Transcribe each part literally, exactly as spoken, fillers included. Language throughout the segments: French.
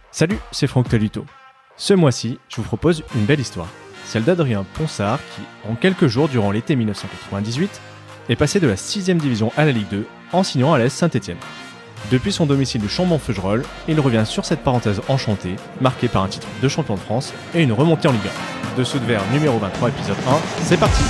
Salut, c'est Franck Taluto. Ce mois-ci, je vous propose une belle histoire, celle d'Adrien Ponsard qui, en quelques jours durant l'été mille neuf cent quatre-vingt-dix-huit, est passé de la sixième division à la Ligue deux en signant à l'A S Saint-Étienne. Depuis son domicile de Chambon-Feugerolles, il revient sur cette parenthèse enchantée, marquée par un titre de champion de France et une remontée en Ligue un. Dessous de verre numéro vingt-trois, épisode un, c'est parti!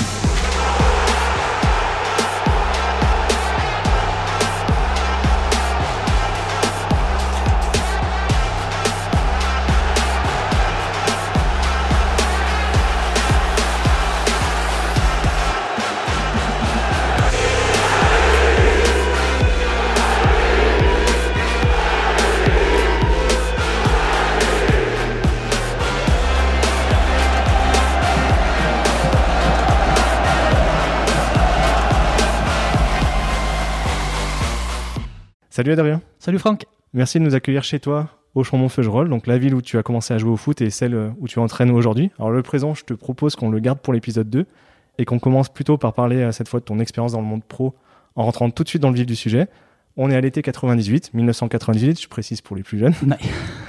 Salut Adrien. Salut Franck. Merci de nous accueillir chez toi au Chambon-Feugerolles, donc la ville où tu as commencé à jouer au foot et celle où tu entraînes aujourd'hui. Alors le présent, je te propose qu'on le garde pour l'épisode deux et qu'on commence plutôt par parler cette fois de ton expérience dans le monde pro en rentrant tout de suite dans le vif du sujet. On est à l'été quatre-vingt-dix-huit, mille neuf cent quatre-vingt-dix-huit, je précise pour les plus jeunes. Ouais.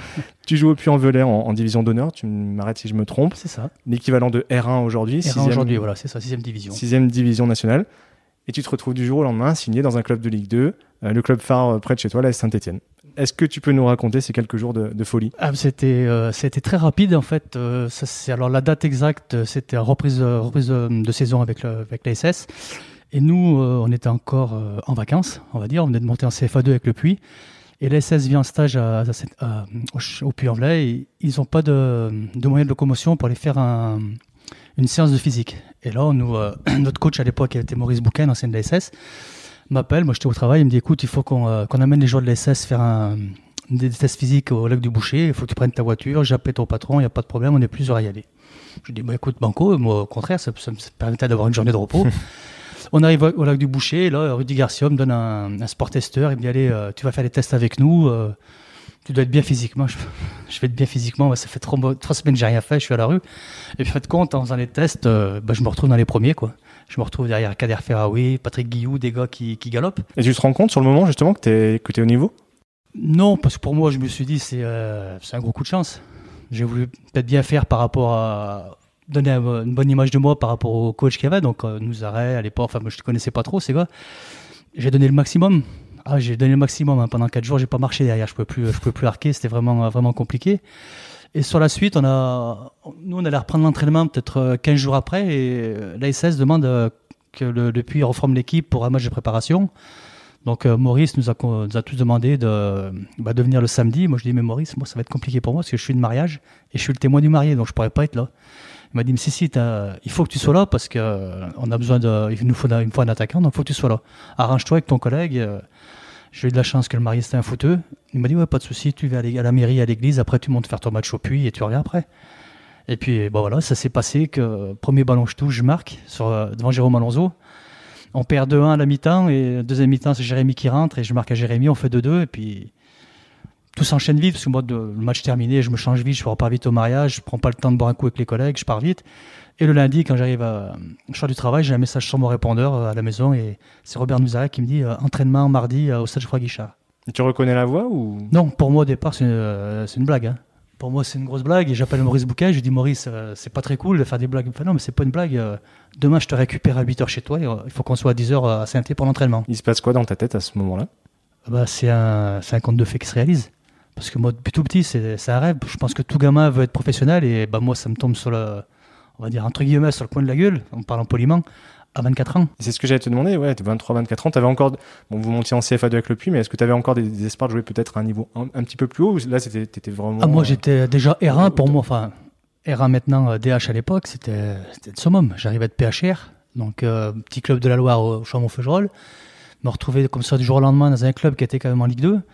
Tu joues au Puy-en-Velay en, en division d'honneur, tu m'arrêtes si je me trompe. C'est ça. L'équivalent de R un aujourd'hui. R un aujourd'hui, voilà, c'est ça, sixième division. Sixième division nationale. Et tu te retrouves du jour au lendemain signé dans un club de Ligue deux, euh, le club phare euh, près de chez toi, l'A S Saint-Étienne. Est-ce que tu peux nous raconter ces quelques jours de, de folie ? ah, c'était, euh, c'était très rapide en fait. Euh, ça, c'est, alors la date exacte, c'était la reprise, euh, reprise de, de saison avec, le, avec l'A S S. Et nous, euh, on était encore euh, en vacances, on va dire. On venait de monter en C F A deux avec le Puy. Et l'A S S vient en stage à, à, à, au Puy-en-Velay. Et ils n'ont pas de, de moyens de locomotion pour aller faire un, une séance de physique. Et là, nous, euh, notre coach à l'époque, qui était Maurice Bouquin, ancien de l'A S S, m'appelle. Moi, j'étais au travail. Il me dit, écoute, il faut qu'on, euh, qu'on amène les joueurs de l'A S S faire un, des tests physiques au lac du Boucher. Il faut que tu prennes ta voiture. J'appelle ton patron. Il n'y a pas de problème. On est plusieurs à y aller. Je dis, bah, écoute, banco. Moi, au contraire, ça, ça me permettait d'avoir une journée de repos. On arrive au lac du Boucher. Et là, Rudy Garcia me donne un, un sport testeur. Il me dit, allez, euh, tu vas faire les tests avec nous. Euh, tu dois être bien physiquement. Je, je vais être bien physiquement. Ça fait trois, trois semaines que j'ai rien fait. Je suis à la rue. Et puis, faites compte, en faisant les tests, euh, bah, je me retrouve dans les premiers, quoi. Je me retrouve derrière Kader Ferraoui, Patrick Guillou, des gars qui, qui galopent. Et tu te rends compte sur le moment, justement, que tu es que t'es au niveau ? Non, parce que pour moi, je me suis dit, c'est, euh, c'est un gros coup de chance. J'ai voulu peut-être bien faire par rapport à... donner une bonne image de moi par rapport au coach qu'il y avait. Donc, euh, nous arrêt à l'époque, enfin, moi, je ne connaissais pas trop ces gars. J'ai donné le maximum. Ah, j'ai donné le maximum. Hein. Pendant quatre jours, je n'ai pas marché derrière. Je ne pouvais plus, je pouvais plus arquer. C'était vraiment, vraiment compliqué. Et sur la suite, on a, nous, on allait reprendre l'entraînement peut-être quinze jours après. Et l'A S S demande que le, le Puy reforme l'équipe pour un match de préparation. Donc, euh, Maurice nous a, nous a tous demandé de, bah, de venir le samedi. Moi, je dis, mais Maurice, moi, ça va être compliqué pour moi parce que je suis de mariage et je suis le témoin du marié. Donc, je ne pourrais pas être là. Il m'a dit, mais si, si, il faut que tu sois là parce qu'on a besoin de. Il nous faut, il faut un attaquant, donc il faut que tu sois là. Arrange-toi avec ton collègue. Euh, J'ai eu de la chance que le marié c'était un footeux. Il m'a dit, ouais, pas de souci, tu vas aller à la mairie, à l'église, après tu montes faire ton match au Puy et tu reviens après. Et puis, bon, voilà, ça s'est passé que premier ballon je touche, je marque sur, devant Jérôme Alonso. On perd deux un à la mi-temps et deuxième mi-temps, c'est Jérémy qui rentre et je marque à Jérémy, on fait deux deux et puis tout s'enchaîne vite parce que moi, de, le match terminé, je me change vite, je repars vite au mariage, je prends pas le temps de boire un coup avec les collègues, je pars vite. Et le lundi, quand j'arrive à je sors du travail, j'ai un message sur mon répondeur à la maison et c'est Robert Nouzarek qui me dit euh, entraînement mardi euh, au stade Geoffroy-Guichard. Et tu reconnais la voix ou... Non, pour moi au départ c'est une, euh, c'est une blague. Hein. Pour moi c'est une grosse blague et j'appelle Maurice Bouquet, je lui dis Maurice euh, c'est pas très cool de faire des blagues. Il me fait non mais c'est pas une blague, euh, demain je te récupère à huit heures chez toi et euh, il faut qu'on soit à dix heures à Saint-Étienne pour l'entraînement. Il se passe quoi dans ta tête à ce moment-là ? Bah, c'est, un, c'est un conte de fées qui se réalise. Parce que moi depuis tout petit c'est, c'est un rêve. Je pense que tout gamin veut être professionnel et bah, moi ça me tombe sur le... on va dire entre guillemets sur le coin de la gueule, en parlant poliment, à vingt-quatre ans. C'est ce que j'allais te demander, ouais, vingt-trois vingt-quatre ans, t'avais encore, bon, vous montiez en C F A deux avec le Puy, mais est-ce que tu avais encore des, des espoirs de jouer peut-être à un niveau un, un petit peu plus haut ou là c'était, t'étais vraiment... Ah, moi j'étais déjà R un pour moi, enfin R un maintenant, D H à l'époque, c'était, c'était le summum. J'arrivais à être P H R, donc euh, petit club de la Loire au Chambon-Feugerolles, me retrouver comme ça du jour au lendemain dans un club qui était quand même en Ligue deux.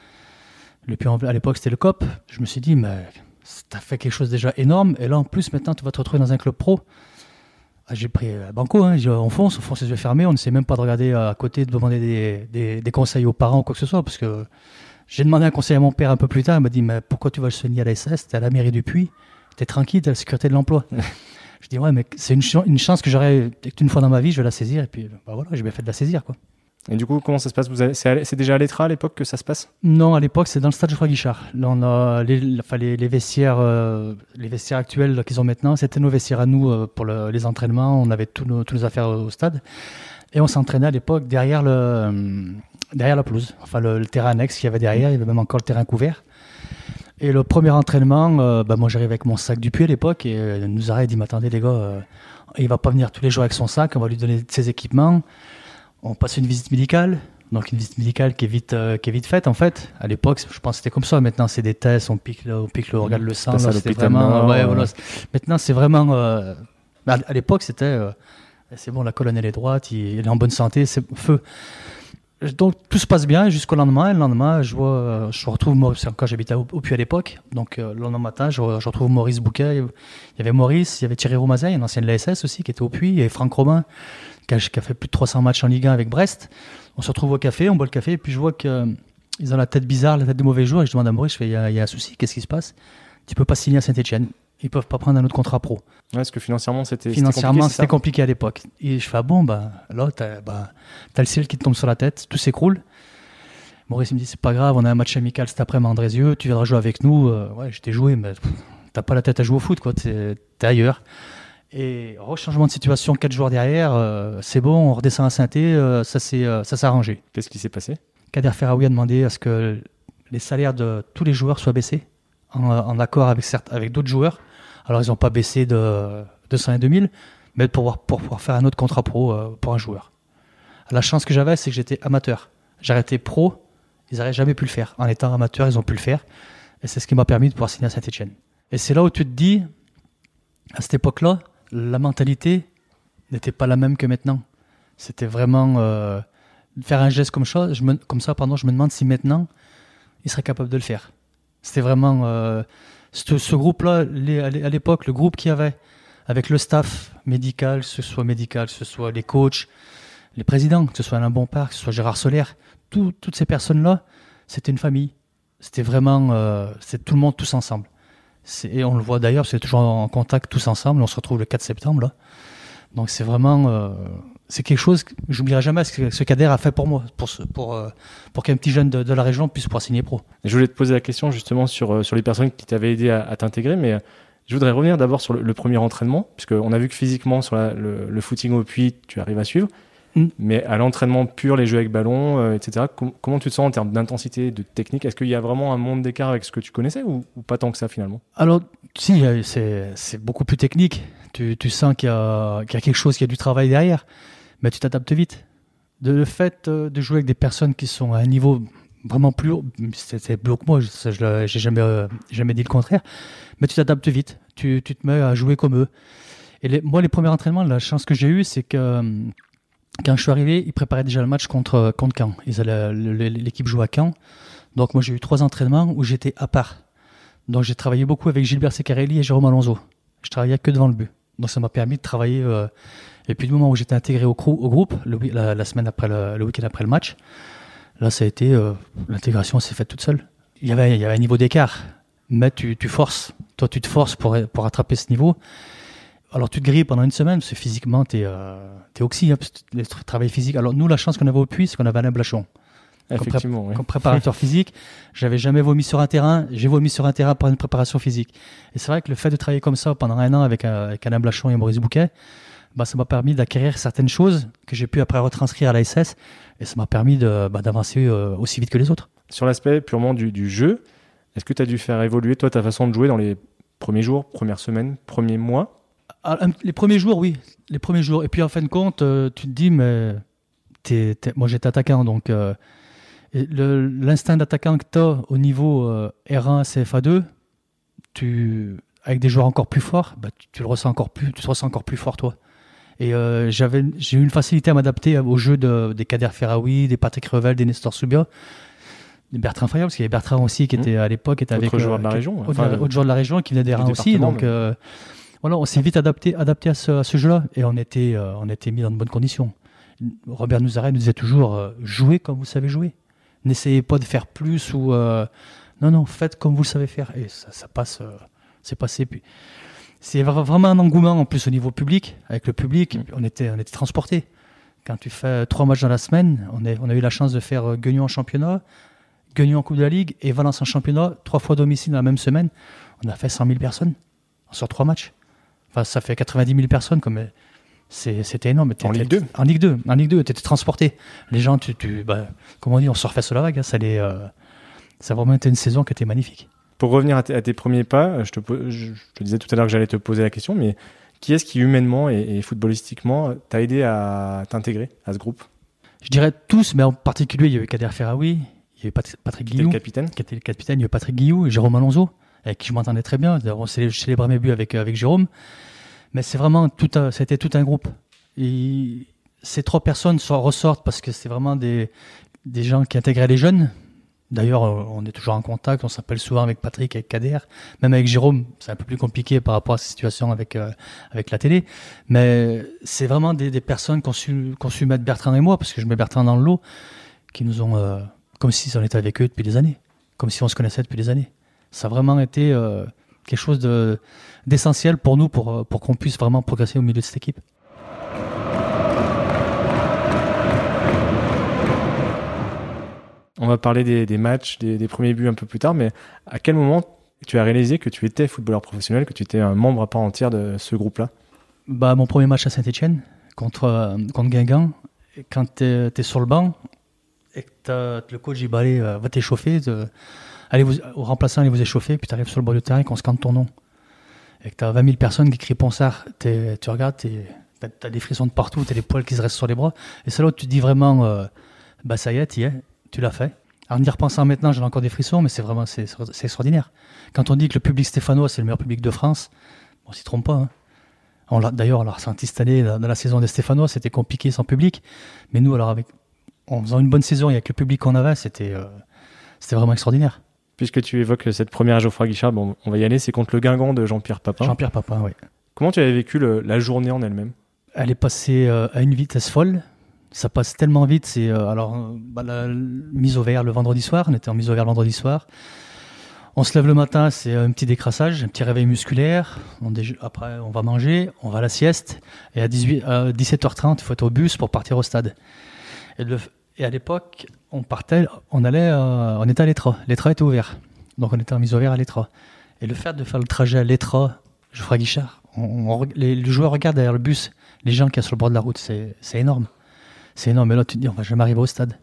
Le Puy, à l'époque c'était le C O P. Je me suis dit, mais... tu as fait quelque chose déjà énorme et là en plus maintenant tu vas te retrouver dans un club pro. Ah, j'ai pris à banco, hein. On fonce, on fonce les yeux fermés, on ne sait même pas de regarder à côté, de demander des, des, des conseils aux parents ou quoi que ce soit parce que j'ai demandé un conseil à mon père un peu plus tard, il m'a dit mais pourquoi tu vas le soigner à la S S, t'es à la mairie du Puy, t'es tranquille, t'as la sécurité de l'emploi. Je dis ouais mais c'est une, ch- une chance que j'aurais une fois dans ma vie, je vais la saisir et puis bah voilà, j'ai bien fait de la saisir quoi. Et du coup, comment ça se passe? Vous avez, c'est, à, c'est déjà à l'E T R A à l'époque que ça se passe? Non, à l'époque, c'est dans le stade Geoffroy Guichard. Là, on a les, enfin, les, les vestiaires, euh, les vestiaires actuels là, qu'ils ont maintenant, c'était nos vestiaires à nous euh, pour le, les entraînements. On avait tous nos, toutes nos affaires au stade. Et on s'entraînait à l'époque derrière, le, euh, derrière la pelouse. Enfin, le, le terrain annexe qu'il y avait derrière, il y avait même encore le terrain couvert. Et le premier entraînement, euh, bah, moi j'arrive avec mon sac du puits à l'époque et euh, nous arrête, il dit, mais attendez les gars, euh, il va pas venir tous les jours avec son sac, on va lui donner ses équipements. On passe une visite médicale, donc une visite médicale qui est vite, euh, qui est vite faite en fait. À l'époque, je pense que c'était comme ça. Maintenant, c'est des tests, on pique, on pique le, on regarde le sang. Là, c'était vraiment, Nord, ouais, euh... voilà. Maintenant, c'est vraiment. Euh, à, à l'époque, c'était, euh, c'est bon, la colonne elle est droite, il, il est en bonne santé, c'est feu. Donc tout se passe bien jusqu'au lendemain. Et le lendemain, je vois, je retrouve Maurice. Quand j'habitais au, au Puy à l'époque, donc euh, le lendemain matin, je, je retrouve Maurice Bouquet. Il y avait Maurice, il y avait Thierry Romazeille, un ancien de la S S aussi, qui était au Puy, et Franck Robin, qui a, qui a fait plus de trois cents matchs en Ligue un avec Brest. On se retrouve au café, on boit le café, et puis je vois qu'ils euh, ont la tête bizarre, la tête de mauvais jour, et je demande à Maurice, je fais, il y, a, il y a un souci, qu'est-ce qui se passe? Tu peux pas signer à Saint-Etienne. Ils peuvent pas prendre un autre contrat pro. Ouais, parce que financièrement, c'était, financièrement, c'était compliqué, c'était compliqué à l'époque. Et je fais, ah bon, bah, là, t'as, bah, t'as le ciel qui te tombe sur la tête, tout s'écroule. Maurice il me dit, c'est pas grave, on a un match amical cet après-midi à Andrézieux, tu viendras jouer avec nous. Euh, ouais, j'étais joué, mais pff, t'as pas la tête à jouer au foot, quoi, t'es, t'es ailleurs. Et rechangement de situation, quatre jours derrière, euh, c'est bon, on redescend à Saint-Étienne, euh, ça, s'est, euh, ça s'est arrangé. Qu'est-ce qui s'est passé? Kader Ferraoui a demandé à ce que les salaires de tous les joueurs soient baissés, en, en accord avec, certes, avec d'autres joueurs. Alors, ils n'ont pas baissé de deux cents et deux mille, mais pour pouvoir, pour pouvoir faire un autre contrat pro euh, pour un joueur. La chance que j'avais, c'est que j'étais amateur. J'arrêtais pro, ils n'auraient jamais pu le faire. En étant amateur, ils ont pu le faire. Et c'est ce qui m'a permis de pouvoir signer à Saint-Etienne. Et c'est là où tu te dis, à cette époque-là, la mentalité n'était pas la même que maintenant. C'était vraiment euh, faire un geste comme ça, je me, comme ça pardon, je me demande si maintenant, ils seraient capables de le faire. C'était vraiment... Euh, ce, ce groupe-là, les, à l'époque, le groupe qu'il y avait, avec le staff médical, que ce soit médical, que ce soit les coachs, les présidents, que ce soit Alain Bompard, que ce soit Gérard Solaire, tout, toutes ces personnes-là, c'était une famille. C'était vraiment... Euh, c'est tout le monde, tous ensemble. C'est, et on le voit d'ailleurs, c'est toujours en contact tous ensemble. On se retrouve le quatre septembre, là. Donc c'est vraiment... Euh, c'est quelque chose que j'oublierai jamais ce que ce Kader a fait pour moi, pour, pour, euh, pour qu'un petit jeune de, de la région puisse pouvoir signer pro. Et je voulais te poser la question justement sur, sur les personnes qui t'avaient aidé à, à t'intégrer, mais je voudrais revenir d'abord sur le, le premier entraînement, puisqu'on a vu que physiquement, sur la, le, le footing au puits, tu arrives à suivre. Mm. Mais à l'entraînement pur, les jeux avec ballon, euh, et cetera, com- comment tu te sens en termes d'intensité, de technique? Est-ce qu'il y a vraiment un monde d'écart avec ce que tu connaissais ou, ou pas tant que ça finalement? Alors, si, c'est, c'est beaucoup plus technique. Tu, tu sens qu'il y, a, qu'il y a quelque chose, qu'il y a du travail derrière, mais tu t'adaptes vite. De, le fait de jouer avec des personnes qui sont à un niveau vraiment plus haut, c'est, c'est plus haut que moi, je, je, j'ai jamais, euh, jamais dit le contraire, mais tu t'adaptes vite. Tu, tu te mets à jouer comme eux. Et les, moi, les premiers entraînements, la chance que j'ai eue, c'est que quand je suis arrivé, ils préparaient déjà le match contre, contre Caen. Ils allaient, l'équipe jouait à Caen. Donc moi, j'ai eu trois entraînements où j'étais à part. Donc j'ai travaillé beaucoup avec Gilbert Secarelli et Jérôme Alonso. Je travaillais que devant le but. Donc ça m'a permis de travailler. Euh... Et puis du moment où j'étais intégré au, crew, au groupe, le, la, la semaine après le, le week-end après le match, là ça a été euh, l'intégration s'est faite toute seule. Il y avait, il y avait un niveau d'écart, mais tu, tu forces. Toi, tu te forces pour pour attraper ce niveau. Alors tu te grilles pendant une semaine, parce que physiquement, tu es euh, oxy, hein, le travail physique. Alors nous, la chance qu'on avait au Puy, c'est qu'on avait Alain Blachon. Effectivement, comme, pré- oui. comme préparateur physique. J'avais jamais vomi sur un terrain, j'ai vomi sur un terrain par une préparation physique. Et c'est vrai que le fait de travailler comme ça pendant un an avec, euh, avec Alain Blachon et Maurice Bouquet, bah, ça m'a permis d'acquérir certaines choses que j'ai pu après retranscrire à l'A S S, et ça m'a permis de, bah, d'avancer euh, aussi vite que les autres. Sur l'aspect purement du, du jeu, est-ce que tu as dû faire évoluer toi ta façon de jouer dans les premiers jours, premières semaines, premiers mois? Les premiers jours, oui. Les premiers jours. Et puis en fin de compte, euh, tu te dis, mais t'es, t'es... moi j'étais attaquant, donc euh, le, l'instinct d'attaquant que tu as au niveau euh, R un, C F A deux, tu, avec des joueurs encore plus forts, bah, tu, tu le ressens encore plus, tu te ressens encore plus fort toi. Et euh, j'avais, j'ai eu une facilité à m'adapter au jeu de, des Kader Ferraoui, des Patrick Revel, des Nestor Soubia, des Bertrand Fayol, parce qu'il y avait Bertrand aussi qui était à l'époque était autre avec joueur euh, de la région, autre, enfin, autre joueur de la région qui venait des Reins aussi, donc. Euh, Voilà, on s'est vite adapté, adapté à, ce, à ce jeu-là et on était, euh, on était mis dans de bonnes conditions. Robert Nouzaret nous disait toujours euh, jouez comme vous savez jouer. N'essayez pas de faire plus ou euh, non non, faites comme vous le savez faire et ça, ça passe, euh, c'est passé. Puis c'est vraiment un engouement en plus au niveau public, avec le public, mmh. on était, on était transportés. Quand tu fais trois matchs dans la semaine, on, est, on a eu la chance de faire euh, Guignon en championnat, Guignon en Coupe de la Ligue et Valence en championnat, trois fois domicile dans la même semaine. On a fait cent mille personnes sur trois matchs. Enfin, ça fait quatre-vingt-dix mille personnes. Comme, c'est, c'était énorme. En Ligue deux En Ligue deux. En Ligue deux, tu étais transporté. Les gens, tu, tu, bah, comme on dit, on surfait sur la vague. Hein, ça, les, euh, ça a vraiment été une saison qui était magnifique. Pour revenir à, t- à tes premiers pas, je te, je, je te disais tout à l'heure que j'allais te poser la question, mais qui est-ce qui, humainement et, et footballistiquement, t'a aidé à t'intégrer à ce groupe? Je dirais tous, mais en particulier, il y avait Kader Ferraoui, il y avait Pat- Patrick Guillou, le capitaine. qui était le capitaine, il y avait Patrick Guillou et Jérôme Alonso, avec qui je m'entendais très bien. On célébrait mes buts avec, avec Jérôme. Mais c'est vraiment tout un, c'était tout un groupe. Et ces trois personnes ressortent parce que c'est vraiment des, des gens qui intégraient les jeunes. D'ailleurs, on est toujours en contact, on s'appelle souvent avec Patrick, avec Kader, même avec Jérôme, c'est un peu plus compliqué par rapport à cette situation avec, euh, avec la télé. Mais c'est vraiment des, des personnes qu'on su, qu'on su mettre Bertrand et moi, parce que je mets Bertrand dans le lot, qui nous ont, euh, comme si on était avec eux depuis des années, comme si on se connaissait depuis des années. Ça a vraiment été euh, quelque chose de, d'essentiel pour nous, pour, pour qu'on puisse vraiment progresser au milieu de cette équipe. On va parler des, des matchs, des, des premiers buts un peu plus tard, mais à quel moment tu as réalisé que tu étais footballeur professionnel, que tu étais un membre à part entière de ce groupe-là? Bah, mon premier match à Saint-Etienne, contre, euh, contre Guingamp, quand tu es sur le banc, et que le coach dit bah, allez, euh, va t'échauffer, te, allez vous, au remplaçant, allez vous échauffer, puis tu arrives sur le bord du terrain et qu'on scande ton nom. Et que tu as vingt mille personnes qui crient Ponsard, tu regardes, tu as des frissons de partout, tu as des poils qui se restent sur les bras, et c'est là où tu te dis vraiment, euh, bah ça y est, tu y es. Tu l'as fait. En y repensant maintenant, j'en ai encore des frissons, mais c'est vraiment c'est, c'est extraordinaire. Quand on dit que le public stéphanois, c'est le meilleur public de France, on ne s'y trompe pas. Hein. On l'a, d'ailleurs, on l'a ressenti cette année dans la saison des Stéphanois, c'était compliqué sans public. Mais nous, alors, avec, en faisant une bonne saison et avec le public qu'on avait, c'était, euh, c'était vraiment extraordinaire. Puisque tu évoques cette première à Geoffroy Guichard, bon, on va y aller, c'est contre le Guingamp de Jean-Pierre Papin. Jean-Pierre Papin, oui. Comment tu avais vécu le, la journée en elle-même? Elle est passée euh, à une vitesse folle. Ça passe tellement vite. C'est euh, alors euh, bah, la mise au vert le vendredi soir. On était en mise au vert le vendredi soir. On se lève le matin, c'est un petit décrassage, un petit réveil musculaire. On déje... Après, on va manger, on va à la sieste. Et à dix-huit, euh, dix-sept heures trente, il faut être au bus pour partir au stade. Et, le... et à l'époque, on partait, on allait, euh, on était à l'Etra. L'Etra était ouvert, donc on était en mise au vert à l'Etra. Et le fait de faire le trajet à l'Etra, Geoffroy Guichard, on, on, les, les joueurs regardent derrière le bus, les gens qui sont sur le bord de la route, c'est, c'est énorme. C'est énorme, mais là tu te dis, on va jamais arriver au stade.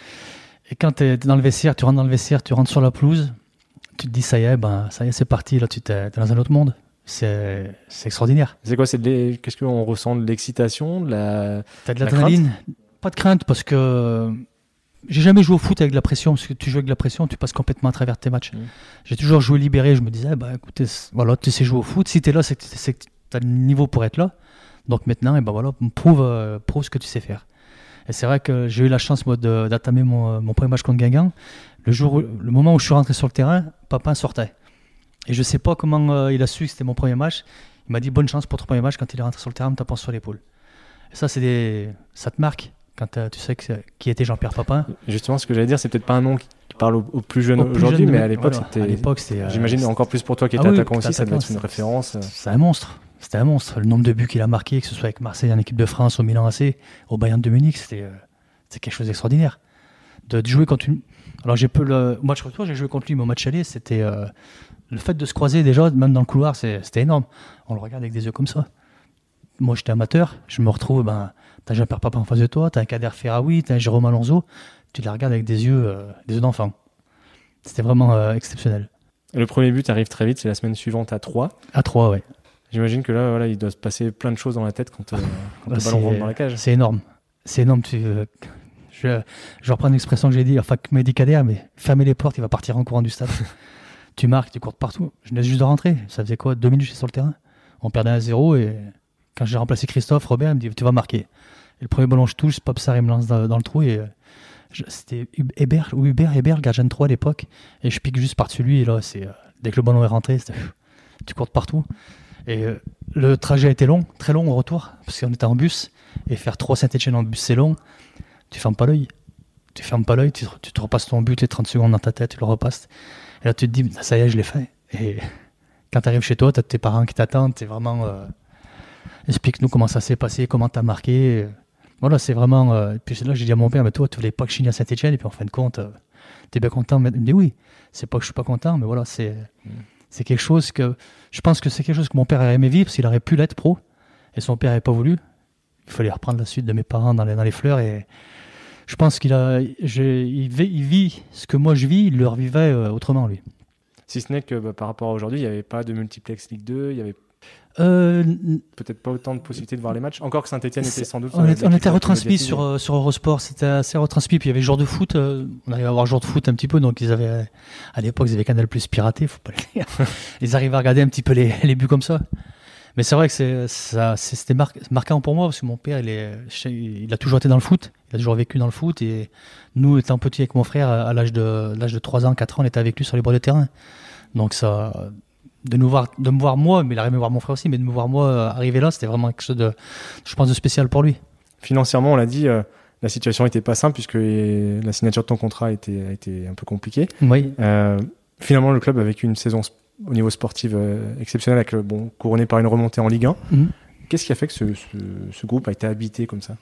Et quand tu es dans le vestiaire, tu rentres dans le vestiaire, tu rentres sur la pelouse, tu te dis, ça y est, ben, ça y est, c'est parti, là tu t'es, t'es dans un autre monde. C'est, c'est extraordinaire. C'est quoi, c'est de l'é... Qu'est-ce qu'on ressent? De l'excitation, de la. T'as de l'adrénaline? Pas de crainte, parce que j'ai jamais joué au foot avec de la pression, parce que tu joues avec de la pression, tu passes complètement à travers tes matchs. Mmh. J'ai toujours joué libéré, je me disais, bah écoutez, voilà, tu sais jouer au foot, si t'es là, c'est que, c'est que t'as le niveau pour être là. Donc maintenant, et ben voilà, prouve, euh, prouve ce que tu sais faire. Et c'est vrai que j'ai eu la chance moi, de, d'attamer mon, mon premier match contre Guingamp. Le, jour où, le moment où je suis rentré sur le terrain, Papin sortait. Et je ne sais pas comment euh, il a su que c'était mon premier match. Il m'a dit bonne chance pour ton premier match. Quand il est rentré sur le terrain, me tapant sur l'épaule. Et ça, c'est des... ça te marque quand tu sais que qui était Jean-Pierre Papin. Justement, ce que j'allais dire, c'est peut-être pas un nom qui parle aux, aux plus jeunes aux plus aujourd'hui, jeunes, mais à l'époque, voilà. c'était... À l'époque, c'était, j'imagine euh, encore plus pour toi qui étais ah oui, attaquant aussi, attaquant, ça devait être une c'est, référence. C'est un monstre. C'était un monstre. Le nombre de buts qu'il a marqué, que ce soit avec Marseille en équipe de France, au Milan A C, au Bayern de Munich, c'était, euh, c'était quelque chose d'extraordinaire. De, de jouer contre une... Alors, j'ai peu le au match retour, j'ai joué contre lui, mais au match aller, c'était... Euh, le fait de se croiser déjà, même dans le couloir, c'est, c'était énorme. On le regarde avec des yeux comme ça. Moi, j'étais amateur. Je me retrouve, ben, t'as Jean-Pierre Papin en face de toi, t'as un Kader Ferraoui, t'as un Jérôme Alonso. Tu les regardes avec des yeux, euh, des yeux d'enfant. C'était vraiment euh, exceptionnel. Et le premier but arrive très vite, c'est la semaine suivante à Troyes. À Troyes, oui. J'imagine que là, voilà, il doit se passer plein de choses dans la tête quand, euh, quand le ballon rentre dans la cage. C'est énorme. C'est énorme. Tu, euh, je, je reprends une expression que j'ai dit, enfin, que m'a dit Kader, mais fermez les portes, il va partir en courant du stade. Tu marques, tu cours partout. Je venais juste de rentrer. Ça faisait quoi? Deux minutes, j'étais sur le terrain. On perdait un zéro et quand j'ai remplacé Christophe, Robert, il me dit tu vas marquer. Et le premier ballon, je touche, Popsar, il me lance dans, dans le trou et je, c'était Hébert, ou Hubert, Hébert, gardien de Troyes à l'époque. Et je pique juste par-dessus lui et là, c'est, euh, dès que le ballon est rentré, c'était, tu cours de partout. Et euh, le trajet a été long, très long au retour, parce qu'on était en bus. Et faire trois Saint-Etienne en bus, c'est long. Tu fermes pas l'œil. Tu fermes pas l'œil, tu, tu te repasses ton but, les trente secondes dans ta tête, tu le repasses. Et là, tu te dis, ça y est, je l'ai fait. Et quand tu arrives chez toi, tu as tes parents qui t'attendent. T'es vraiment, euh... explique-nous comment ça s'est passé, comment tu as marqué. Voilà, c'est vraiment. Euh, puis c'est là que j'ai dit à mon père, mais toi, tu voulais pas que je signe à Saint-Etienne, et puis en fin de compte, euh, tu es bien content. Mais il me dit oui, c'est pas que je suis pas content, mais voilà, c'est, mmh. c'est quelque chose que. Je pense que c'est quelque chose que mon père aurait aimé vivre s'il aurait pu l'être pro, et son père n'avait pas voulu. Il fallait reprendre la suite de mes parents dans les, dans les fleurs, et je pense qu'il a. Je, il, vit, il vit ce que moi je vis, il le revivait euh, autrement, lui. Si ce n'est que bah, par rapport à aujourd'hui, il n'y avait pas de multiplex Ligue deux, il y avait. Euh, Peut-être pas autant de possibilités de voir les matchs. Encore que Saint-Etienne était sans doute. On, est, on était retransmis sur, euh, sur Eurosport, c'était assez retransmis. Puis il y avait jour de foot, euh, on arrivait à voir jour de foot un petit peu. Donc ils avaient, à l'époque, ils avaient Canal Plus piraté, faut pas le dire. Ils arrivaient à regarder un petit peu les, les buts comme ça. Mais c'est vrai que c'est, ça, c'est, c'était mar- marquant pour moi parce que mon père, il, est, il a toujours été dans le foot, il a toujours vécu dans le foot. Et nous, étant petits avec mon frère, à l'âge de, l'âge de trois ans, quatre ans, on était avec lui sur les bords de terrain. Donc ça. De, nous voir, de me voir moi, mais il a aimé voir mon frère aussi, mais de me voir moi arriver là, c'était vraiment quelque chose de, je pense, de spécial pour lui. Financièrement, on l'a dit, euh, la situation n'était pas simple puisque la signature de ton contrat a été, a été un peu compliquée. Oui. Euh, finalement, le club a vécu une saison sp- au niveau sportif euh, exceptionnelle, avec, bon, couronné par une remontée en Ligue un. Mm-hmm. Qu'est-ce qui a fait que ce, ce, ce groupe a été habité comme ça ?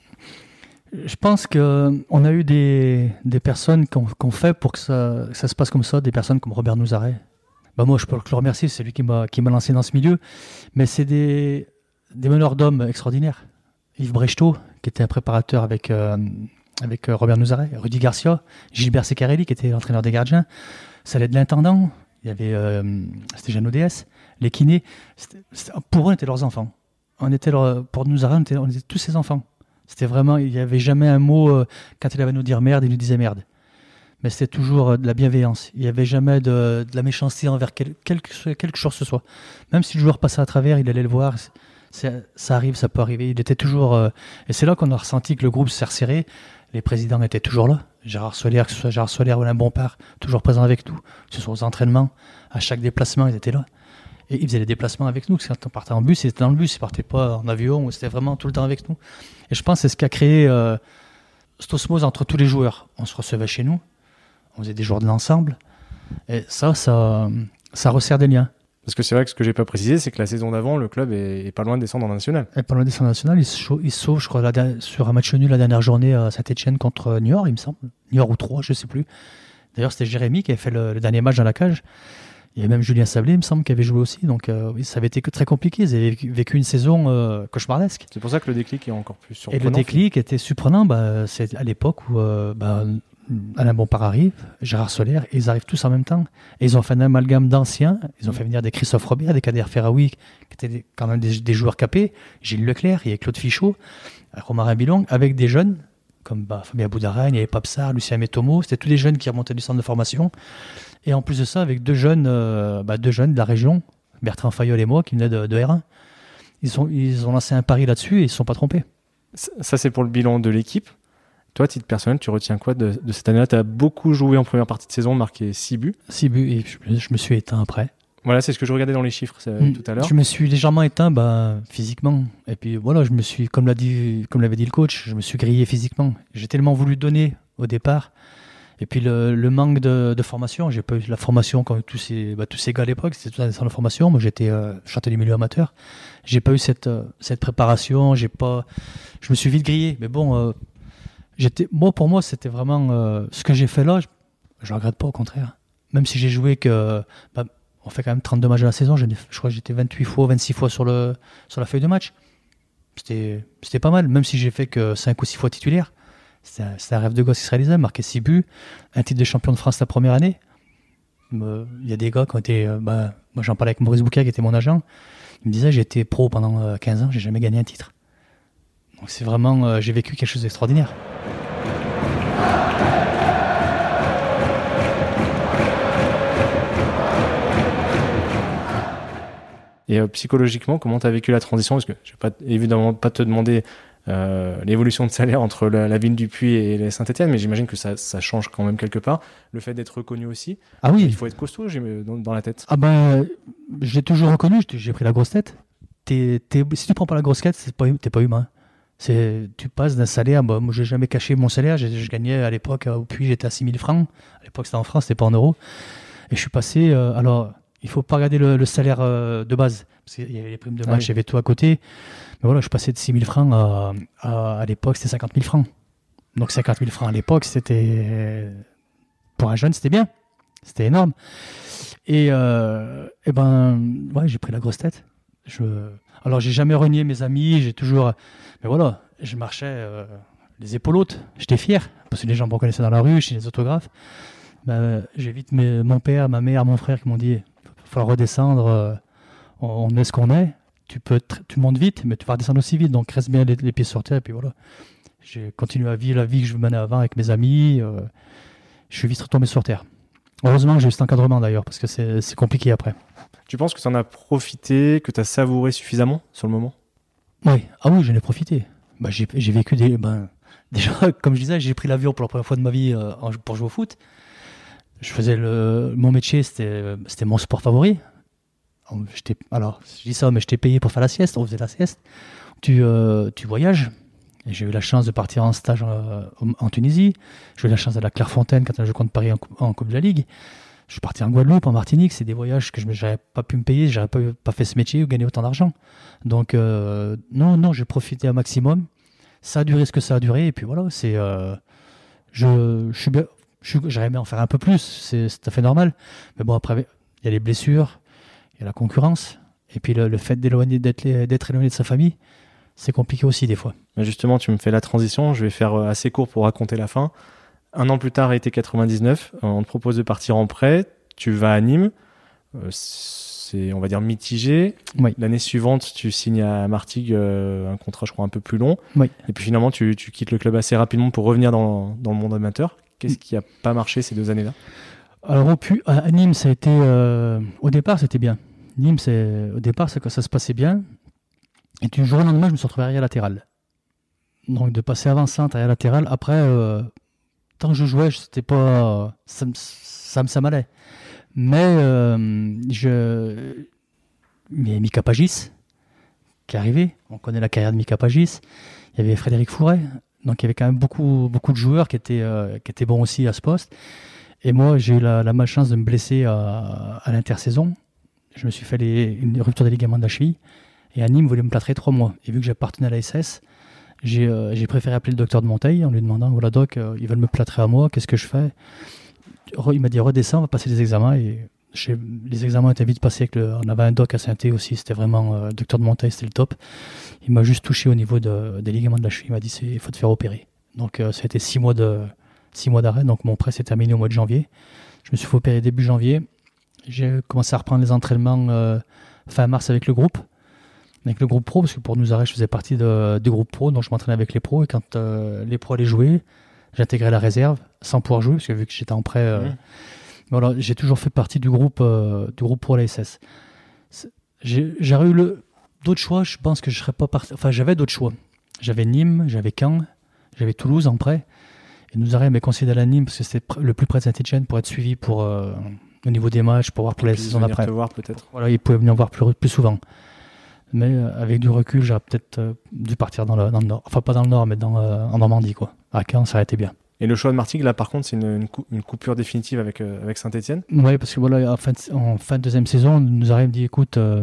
Je pense qu'on a eu des, des personnes qui ont, qui ont fait pour que ça, que ça se passe comme ça, des personnes comme Robert Nouzaret. Bah moi, je peux le remercier, c'est lui qui m'a, qui m'a lancé dans ce milieu. Mais c'est des, des meneurs d'hommes extraordinaires. Yves Brechtot, qui était un préparateur avec, euh, avec Robert Nouzaret, Rudy Garcia, Gilbert Secarelli, qui était l'entraîneur des gardiens, Saled l'intendant, il y avait euh, c'était Jeanne O D S, les kinés. C'était, c'était, pour eux, on était leurs enfants. On était leur, pour Nouzaret, on était, on était tous ses enfants. C'était vraiment, il n'y avait jamais un mot, euh, quand il avait à nous dire merde, il nous disait merde. Mais c'était toujours de la bienveillance. Il n'y avait jamais de, de la méchanceté envers quel, quelque, quelque chose que ce soit. Même si le joueur passait à travers, il allait le voir. C'est, ça arrive, ça peut arriver. Il était toujours... Euh, et c'est là qu'on a ressenti que le groupe s'est resserré. Les présidents étaient toujours là. Gérard Soler, que ce soit Gérard Soler ou Alain Bompard, toujours présent avec nous. Que ce soit aux entraînements, à chaque déplacement, ils étaient là. Et ils faisaient les déplacements avec nous. Quand on partait en bus, ils étaient dans le bus. Ils ne partaient pas en avion. C'était vraiment tout le temps avec nous. Et je pense que c'est ce qui a créé euh, cette osmose entre tous les joueurs. On se recevait chez nous. On faisait des journées ensemble. Et ça, ça, ça resserre des liens. Parce que c'est vrai que ce que je n'ai pas précisé, c'est que la saison d'avant, le club est, est pas loin de descendre en national. Et pas loin de descendre en national. Il se, sauve, il se sauve, je crois, la, sur un match nul la dernière journée à Saint-Etienne contre Niort, il me semble. Niort ou trois, je ne sais plus. D'ailleurs, c'était Jérémy qui avait fait le, le dernier match dans la cage. Il y avait même Julien Sablé, il me semble, qui avait joué aussi. Donc, euh, oui, ça avait été très compliqué. Ils avaient vécu une saison euh, cauchemardesque. C'est pour ça que le déclic est encore plus surprenant. Et le déclic était surprenant. Bah, c'est à l'époque où... Euh, bah, Alain Bompard arrive, Gérard Soler, et ils arrivent tous en même temps. Et ils ont fait un amalgame d'anciens. Ils ont fait venir des Christophe Robert, des Kader Ferraoui, qui étaient des, quand même des, des joueurs capés, Gilles Leclerc, il y avait Claude Fichot, Romarin Bilong, avec des jeunes, comme bah, Fabien Boudaragne, il y avait Papsar, Lucien Métomo. C'était tous des jeunes qui remontaient du centre de formation. Et en plus de ça, avec deux jeunes, euh, bah, deux jeunes de la région, Bertrand Fayol et moi, qui venaient de, de R un. Ils ont, ils ont lancé un pari là-dessus et ils ne se sont pas trompés. Ça, c'est pour le bilan de l'équipe. Toi, à titre personnel, tu retiens quoi de, de cette année-là ? Tu as beaucoup joué en première partie de saison, marqué six buts. six buts, et je, je me suis éteint après. Voilà, c'est ce que je regardais dans les chiffres mmh. tout à l'heure. Je me suis légèrement éteint bah, physiquement. Et puis voilà, je me suis, comme, l'a dit, comme l'avait dit le coach, je me suis grillé physiquement. J'ai tellement voulu donner au départ. Et puis le, le manque de, de formation, j'ai pas eu la formation comme tous ces, bah, tous ces gars à l'époque, c'était tout dans les centres de formation. Moi, j'étais euh, chanté du milieu amateur. J'ai pas eu cette, euh, cette préparation. J'ai pas, je me suis vite grillé. Mais bon... Euh, J'étais, moi, pour moi, c'était vraiment euh, ce que j'ai fait là. Je ne regrette pas, au contraire. Même si j'ai joué que. Bah, on fait quand même trente-deux matchs à la saison. Je crois que j'étais vingt-huit fois, vingt-six fois sur, le, sur la feuille de match. C'était, c'était pas mal. Même si j'ai fait que cinq ou six fois titulaire. C'était un, c'était un rêve de gosse qui se réalisait. Marqué six buts. Un titre de champion de France la première année. Il euh, y a des gars qui ont été. Euh, bah, moi, j'en parlais avec Maurice Bouquet, qui était mon agent. Il me disait j'ai été pro pendant euh, quinze ans. J'ai jamais gagné un titre. Donc c'est vraiment. Euh, j'ai vécu quelque chose d'extraordinaire. Et euh, psychologiquement, comment tu as vécu la transition ? Parce que je ne vais pas, évidemment pas te demander euh, l'évolution de salaire entre la, la ville du Puy et la Saint-Etienne, mais j'imagine que ça, ça change quand même quelque part. Le fait d'être reconnu aussi, ah oui. Il faut être costaud dans, dans la tête. Ah ben, j'ai toujours reconnu, j'ai pris la grosse tête. T'es, t'es, si tu ne prends pas la grosse tête, tu n'es pas humain. C'est, tu passes d'un salaire, bah, moi je n'ai jamais caché mon salaire, je, je gagnais à l'époque au Puy, j'étais à six mille francs. À l'époque c'était en France, c'était pas en euros. Et je suis passé, euh, alors... il faut pas regarder le, le salaire euh, de base. Parce qu'il y avait les primes de match, Ah oui. il y avait tout à côté. Mais voilà, je passais de six mille francs à, à, à l'époque, c'était cinquante mille francs. Donc cinquante mille francs à l'époque, c'était, pour un jeune, c'était bien. C'était énorme. Et, euh, et ben, ouais, j'ai pris la grosse tête. Je... Alors, j'ai jamais renié mes amis, j'ai toujours. Mais voilà, je marchais euh, les épaules hautes, j'étais fier, parce que les gens me reconnaissaient dans la rue, chez les autographes. Ben, j'ai vite mes... mon père, ma mère, mon frère qui m'ont dit il va falloir redescendre, euh, on est ce qu'on est. Tu, peux tr- tu montes vite, mais tu vas redescendre aussi vite, donc reste bien les, les pieds sur terre, et puis voilà. J'ai continué à vivre la vie que je menais avant avec mes amis, euh, je suis vite retombé sur terre. Heureusement que j'ai eu cet encadrement d'ailleurs, parce que c'est, c'est compliqué après. Tu penses que tu en as profité, que tu as savouré suffisamment sur le moment? Oui, ah oui, j'en ai profité. Bah, j'ai, j'ai vécu des. Ben, déjà, comme je disais, j'ai pris l'avion pour la première fois de ma vie euh, en- pour jouer au foot. Je faisais le, mon métier, c'était, c'était mon sport favori. J'étais, alors, je dis ça, mais j'étais payé pour faire la sieste, on faisait la sieste. Tu, euh, tu voyages. Et j'ai eu la chance de partir en stage euh, en Tunisie. J'ai eu la chance d'aller à Clairefontaine quand je contre Paris en, en Coupe de la Ligue. Je suis parti en Guadeloupe, en Martinique. C'est des voyages que je n'avais pas pu me payer. Je n'aurais pas, pas fait ce métier ou gagné autant d'argent. Donc, euh, non, non, j'ai profité un maximum. Ça a duré ce que ça a duré. Et puis voilà, c'est, euh, je, je suis bien. Je suis, j'aurais aimé en faire un peu plus. C'est, c'est tout à fait normal. Mais bon, après, il y a les blessures, il y a la concurrence. Et puis le, le fait d'éloigner, d'être, d'être éloigné de sa famille, c'est compliqué aussi des fois. Mais justement, tu me fais la transition. Je vais faire assez court pour raconter la fin. Un an plus tard, été quatre-vingt-dix-neuf, on te propose de partir en prêt. Tu vas à Nîmes. Euh, c'est, on va dire, mitigé. Oui. L'année suivante, tu signes à Martigues euh, un contrat, je crois, un peu plus long. Oui. Et puis finalement, tu, tu quittes le club assez rapidement pour revenir dans, dans le monde amateur. Qu'est-ce qui n'a pas marché ces deux années-là? Alors, au pu, à, à Nîmes, ça a été. Euh, au départ, c'était bien. Nîmes, c'est, au départ, c'est, ça se passait bien. Et du jour au lendemain, je me suis retrouvé arrière latéral. Donc, de passer avant-centre, arrière latéral. Après, euh, tant que je jouais, c'était pas, ça, ça, ça m'allait. Mais euh, je, il y avait Mika Pagis qui est arrivé. On connaît la carrière de Mika Pagis. Il y avait Frédéric Fouret. Donc, il y avait quand même beaucoup, beaucoup de joueurs qui étaient, euh, qui étaient bons aussi à ce poste. Et moi, j'ai eu la, la malchance de me blesser à, à l'intersaison. Je me suis fait les, une rupture des ligaments de la cheville. Et à Nîmes, voulait me plâtrer trois mois. Et vu que j'appartenais à la S S, j'ai, euh, j'ai préféré appeler le docteur de Monteil en lui demandant, voilà doc, euh, ils veulent me plâtrer à moi, qu'est-ce que je fais? Il m'a dit, redescends, on va passer les examens. Et j'ai, les examens étaient vite passés. Avec le, on avait un doc à Saint-Étienne aussi, c'était vraiment, euh, le docteur de Monteil, c'était le top. Il m'a juste touché au niveau de, des ligaments de la cheville. Il m'a dit, il faut te faire opérer. Donc euh, ça a été six mois, de, six mois d'arrêt. Donc mon prêt s'est terminé au mois de janvier. Je me suis fait opérer début janvier. J'ai commencé à reprendre les entraînements euh, fin mars avec le groupe. Avec le groupe pro, parce que pour nous arrêter, je faisais partie de, du groupe pro, donc je m'entraînais avec les pros, et quand euh, les pros allaient jouer, j'intégrais la réserve sans pouvoir jouer, parce que vu que j'étais en prêt, euh, mmh. voilà, j'ai toujours fait partie du groupe, euh, du groupe pro à la S S. C'est, j'ai, j'aurais eu le, d'autres choix, je pense que je serais pas parti, enfin j'avais d'autres choix. J'avais Nîmes, j'avais Caen, j'avais Toulouse en prêt, et nous arrêter mais conseillé d'aller à Nîmes, parce que c'était le plus près de Saint-Étienne pour être suivi pour, euh, au niveau des matchs, pour voir pour la saison d'après. Te voir peut-être. Voilà, ils pouvaient venir voir plus, plus souvent. Mais euh, avec du recul, j'aurais peut-être euh, dû partir dans le, dans le nord. Enfin, pas dans le nord, mais dans, euh, en Normandie, quoi. À Caen, ça aurait été bien. Et le choix de Martigues, là, par contre, c'est une, une, coup, une coupure définitive avec, euh, avec Saint-Étienne? Oui, parce que voilà, en fin de, en fin de deuxième saison, nous arrive dit, écoute, euh,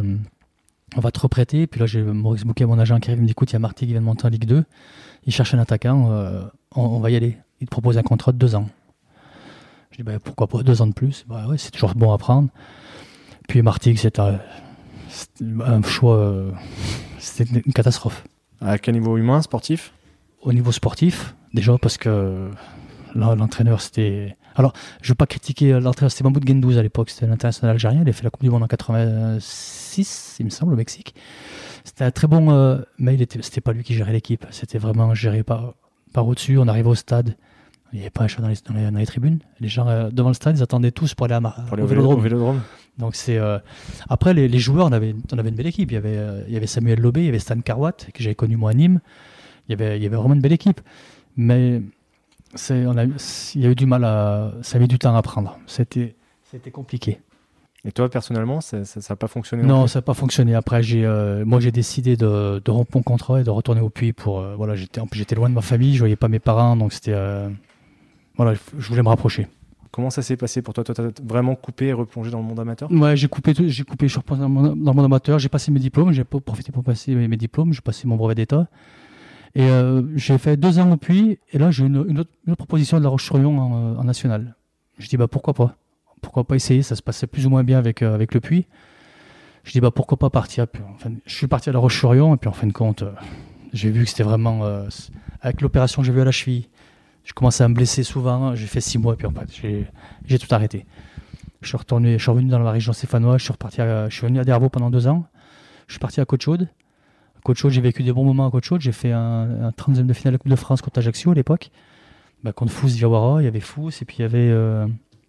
on va te reprêter. Puis là, j'ai Maurice Bouquet, mon agent, qui arrive, il me dit, écoute, il y a Martigues qui vient de monter en Ligue deux. Il cherche un attaquant, euh, on, on va y aller. Il te propose un contrat de deux ans. Je dis, bah, pourquoi pas deux ans de plus? Bah, ouais, c'est toujours bon à prendre. Puis Martigues, c'est un... C'était un choix, euh, c'était une catastrophe. À quel niveau humain, sportif? Au niveau sportif, déjà parce que là, l'entraîneur c'était. Alors, je ne veux pas critiquer l'entraîneur, c'était Mahmoud Gendouzi à l'époque, c'était l'international algérien, il a fait la Coupe du Monde en quatre-vingt-six, il me semble, au Mexique. C'était un très bon, euh, mais il était, c'était pas lui qui gérait l'équipe, c'était vraiment géré par, par au-dessus. On arrivait au stade, il n'y avait pas un chat dans les, dans les, dans les tribunes. Les gens euh, devant le stade, ils attendaient tous pour aller, à, pour aller au, au, vélodrome. au vélodrome. Donc c'est euh... après les, les joueurs, on avait, on avait une belle équipe. Il y avait, euh, il y avait Samuel Lobé, il y avait Stan Carwatt que j'avais connu moi à Nîmes. Il y avait, il y avait vraiment une belle équipe. Mais c'est, on a, il y a eu du mal à, ça avait du temps à apprendre. C'était, c'était compliqué. Et toi personnellement, ça n'a pas fonctionné? Non, ça n'a pas fonctionné. Après, j'ai, euh, moi j'ai décidé de, de rompre mon contrat et de retourner au Puy pour, euh, voilà, j'étais, en plus j'étais loin de ma famille, je voyais pas mes parents, donc c'était, euh, voilà, je voulais me rapprocher. Comment ça s'est passé pour toi? Toi, tu as vraiment coupé et replongé dans le monde amateur? Ouais, j'ai coupé, tout, j'ai coupé, je suis replongé dans le monde, dans le monde amateur, j'ai passé mes diplômes, j'ai profité pour passer mes, mes diplômes, j'ai passé mon brevet d'État. Et euh, j'ai fait deux ans au Puy, et là j'ai une, une, autre, une autre proposition de La Roche-sur-Yon en, en national. Je dis bah pourquoi pas, pourquoi pas essayer, ça se passait plus ou moins bien avec, euh, avec le Puy. Je dis bah pourquoi pas partir. Puis, enfin, je suis parti à La Roche-sur-Yon, et puis en fin de compte, euh, j'ai vu que c'était vraiment, euh, avec l'opération que j'ai vue à la cheville, je commençais à me blesser souvent, j'ai fait six mois, et puis en fait j'ai, j'ai tout arrêté. Je suis retourné, je suis revenu dans la région stéphanoise, je suis reparti, à, je suis venu à Dervaux pendant deux ans, je suis parti à Côte-Chaude. Côte-Chaude, j'ai vécu des bons moments à Côte-Chaude. J'ai fait un, un trente-deuxième de finale de la Coupe de France contre Ajaccio à l'époque. Bah, contre Fous Diawara, il y avait Fous et puis il y avait. Euh,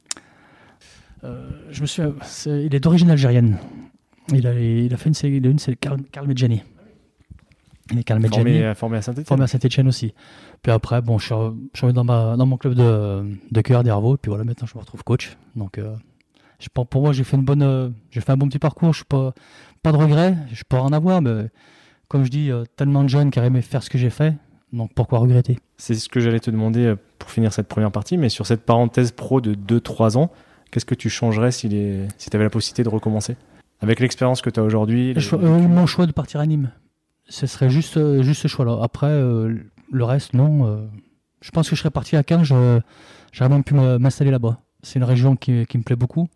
euh, je me suis, c'est, il est d'origine algérienne. Il a, il a fait une série, une, c'est Karl, Karl Medjani. Il est Karl Medjani. Formé, formé à Saint-Etienne. Formé à Saint-Etienne aussi. Puis après, bon, je suis, je suis revenu dans, ma, dans mon club de, de cœur d'Hervaux. Puis voilà, maintenant je me retrouve coach. Donc, euh, je, pour moi, j'ai fait une bonne, euh, j'ai fait un bon petit parcours. Je suis pas, pas de regrets. Je peux en avoir, mais. Comme je dis, euh, tellement de jeunes qui auraient aimé faire ce que j'ai fait, donc pourquoi regretter? C'est ce que j'allais te demander euh, pour finir cette première partie, mais sur cette parenthèse pro de deux trois ans, qu'est-ce que tu changerais si, les... si tu avais la possibilité de recommencer? Avec l'expérience que tu as aujourd'hui les... choix, euh, Mon choix de partir à Nîmes, ce serait juste, euh, juste ce choix-là. Après, euh, le reste, non. Euh, je pense que je serais parti à Caen, je, j'aurais même pu m'installer là-bas. C'est une région qui, qui me plaît beaucoup,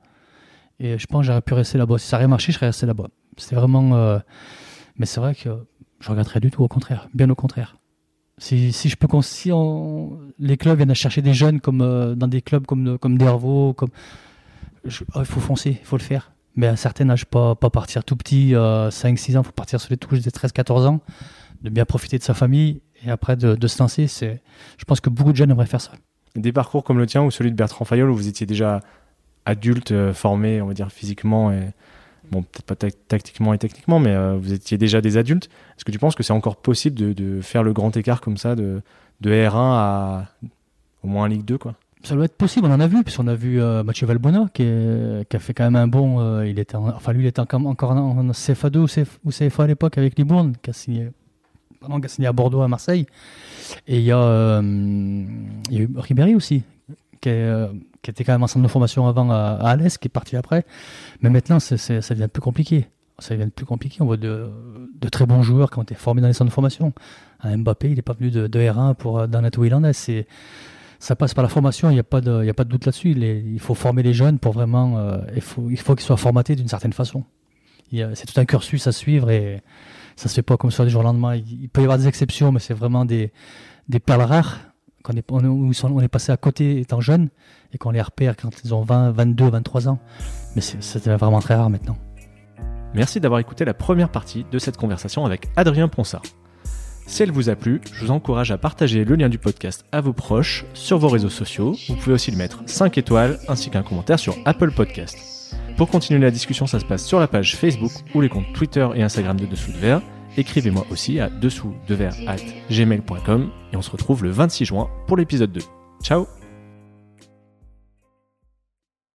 et je pense que j'aurais pu rester là-bas. Si ça aurait marché, je serais resté là-bas. C'était vraiment... Euh, Mais c'est vrai que je ne regretterais du tout, au contraire, bien au contraire. Si, si je peux, si on, les clubs viennent à chercher des jeunes comme euh, dans des clubs comme, comme Dervaux, comme, il oh, faut foncer, il faut le faire. Mais à un certain âge, pas, pas partir tout petit, euh, cinq six ans, il faut partir sur les touches des treize quatorze ans, de bien profiter de sa famille et après de, de se lancer. C'est, je pense que beaucoup de jeunes aimeraient faire ça. Des parcours comme le tien ou celui de Bertrand Fayol, où vous étiez déjà adulte, euh, formé, on va dire physiquement et... Bon, peut-être pas ta- tactiquement et techniquement, mais euh, vous étiez déjà des adultes. Est-ce que tu penses que c'est encore possible de, de faire le grand écart comme ça, de, de R un à au moins Ligue deux, quoi? Ça doit être possible, on en a vu, puisqu'on a vu euh, Mathieu Valbuena qui, est, qui a fait quand même un bon. Euh, il était en, enfin, lui, il était en, encore en, en C F A deux ou, C F, ou C F A à l'époque avec Libourne, qui a signé, pardon, qui a signé à Bordeaux, à Marseille. Et il y a, euh, il y a eu Ribéry aussi, qui est. Euh, qui était quand même en centre de formation avant à, à Alès, qui est parti après. Mais maintenant, c'est, c'est, ça devient plus compliqué. Ça devient plus compliqué. On voit de, de très bons joueurs qui ont été formés dans les centres de formation. Un Mbappé, il n'est pas venu de, de R un pour dans la Touillandaise. C'est, ça passe par la formation, il n'y a pas de, il y a pas de doute là-dessus. Il, est, il faut former les jeunes pour vraiment... Euh, il, faut, il faut qu'ils soient formatés d'une certaine façon. Il y a, c'est tout un cursus à suivre et ça ne se fait pas comme ça du jour au lendemain. Il, il peut y avoir des exceptions, mais c'est vraiment des, des perles rares. Qu'on est, on, est, on est passé à côté étant jeune et qu'on les repère quand ils ont vingt, vingt-deux, vingt-trois ans. Mais c'est, c'est vraiment très rare maintenant. Merci d'avoir écouté la première partie de cette conversation avec Adrien Ponsard. Si elle vous a plu, je vous encourage à partager le lien du podcast à vos proches sur vos réseaux sociaux. Vous pouvez aussi lui mettre cinq étoiles ainsi qu'un commentaire sur Apple Podcast. Pour continuer la discussion, ça se passe sur la page Facebook ou les comptes Twitter et Instagram de Dessous de Verre. Écrivez-moi aussi à dessous de verre arobase gmail point com et on se retrouve le vingt-six juin pour l'épisode deux. Ciao!